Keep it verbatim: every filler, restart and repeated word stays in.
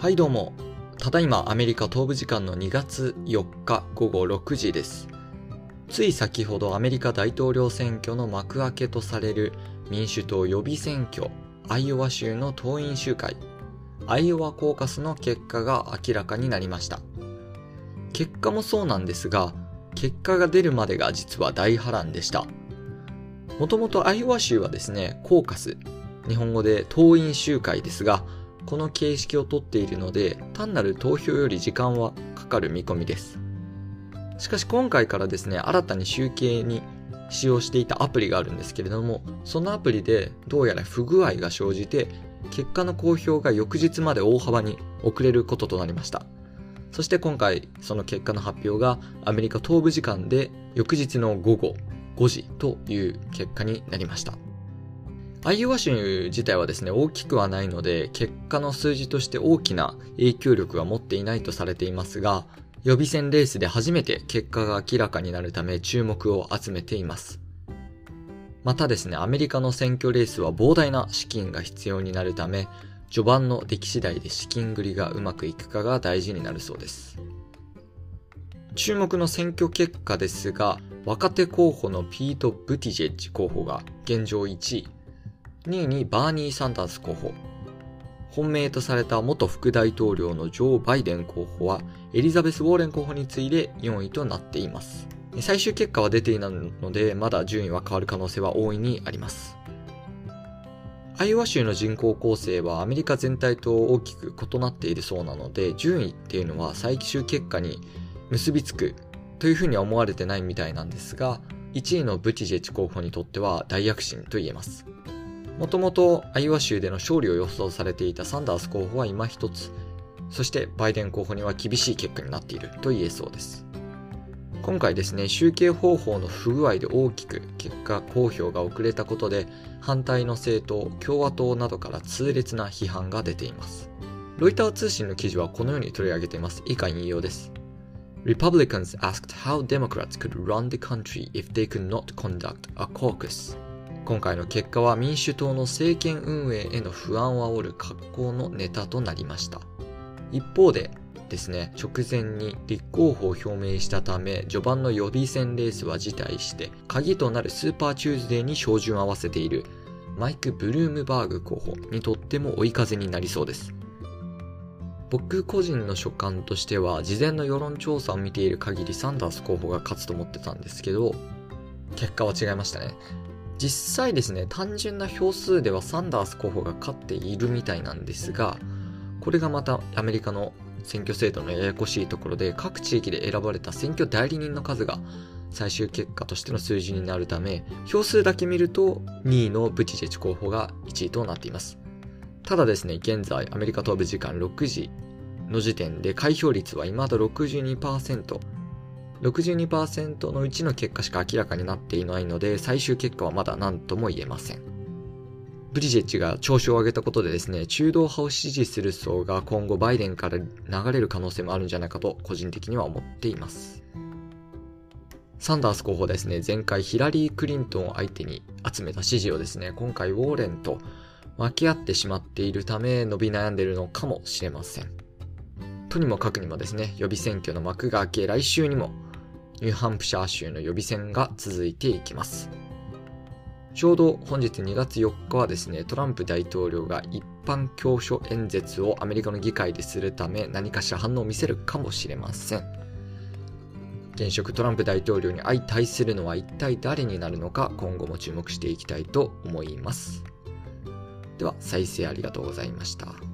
はいどうも。ただいまアメリカ東部時間のにがつよっかごごろくじです。つい先ほどアメリカ大統領選挙の幕開けとされる民主党予備選挙アイオワ州の党員集会アイオワコーカスの結果が明らかになりました。結果もそうなんですが、結果が出るまでが実は大波乱でした。もともとアイオワ州はですね、コーカス、日本語で党員集会ですが、この形式をとっているので、単なる投票より時間はかかる見込みです。しかし今回からですね、新たに集計に使用していたアプリがあるんですけれども、そのアプリでどうやら不具合が生じて、結果の公表が翌日まで大幅に遅れることとなりました。そして今回その結果の発表がアメリカ東部時間で翌日の午後ごじという結果になりました。アイオワ州自体はですね、大きくはないので、結果の数字として大きな影響力は持っていないとされていますが、予備選レースで初めて結果が明らかになるため注目を集めています。またですね、アメリカの選挙レースは膨大な資金が必要になるため、序盤の出来次第で資金繰りがうまくいくかが大事になるそうです。注目の選挙結果ですが、若手候補のピート・ブティジェッジ候補が現状いちい、にいにバーニー・サンダース候補、本命とされた元副大統領のジョー・バイデン候補はエリザベス・ウォーレン候補に次いでよんいとなっています。最終結果は出ていないので、まだ順位は変わる可能性は大いにあります。アイオワ州の人口構成はアメリカ全体と大きく異なっているそうなので、順位っていうのは最終結果に結びつくというふうには思われてないみたいなんですが、いちいのブティジェッジ候補にとっては大躍進と言えます。もともとアイオワ州での勝利を予想されていたサンダース候補は今一つ、そしてバイデン候補には厳しい結果になっていると言えそうです。今回ですね、集計方法の不具合で大きく結果公表が遅れたことで、反対の政党、共和党などから痛烈な批判が出ています。ロイター通信の記事はこのように取り上げています。以下引用です。Republicans asked how Democrats could run the country if they could not conduct a caucus。今回の結果は民主党の政権運営への不安を煽る格好のネタとなりました。一方でですね、直前に立候補を表明したため、序盤の予備選レースは辞退して、鍵となるスーパーチューズデーに照準を合わせているマイク・ブルームバーグ候補にとっても追い風になりそうです。僕個人の所感としては、事前の世論調査を見ている限りサンダース候補が勝つと思ってたんですけど、結果は違いましたね。実際ですね、単純な票数ではサンダース候補が勝っているみたいなんですが、これがまたアメリカの選挙制度のややこしいところで、各地域で選ばれた選挙代理人の数が最終結果としての数字になるため、票数だけ見るとにいのブティジェッジ候補がいちいとなっています。ただですね、現在アメリカ東部時間ろくじの時点で開票率は未だ ろくじゅうにパーセント、ろくじゅうにパーセント のうちの結果しか明らかになっていないので、最終結果はまだ何とも言えません。ブティジェッジが調子を上げたことでですね、中道派を支持する層が今後バイデンから流れる可能性もあるんじゃないかと個人的には思っています。サンダース候補ですね、前回ヒラリー・クリントンを相手に集めた支持をですね、今回ウォーレンと分け合ってしまっているため伸び悩んでいるのかもしれません。とにもかくにもですね、予備選挙の幕が開け、来週にもニューハンプシャー州の予備選が続いていきます。ちょうど本日にがつよっかはですね、トランプ大統領が一般教書演説をアメリカの議会でするため、何かしら反応を見せるかもしれません。現職トランプ大統領に相対するのは一体誰になるのか、今後も注目していきたいと思います。では再生ありがとうございました。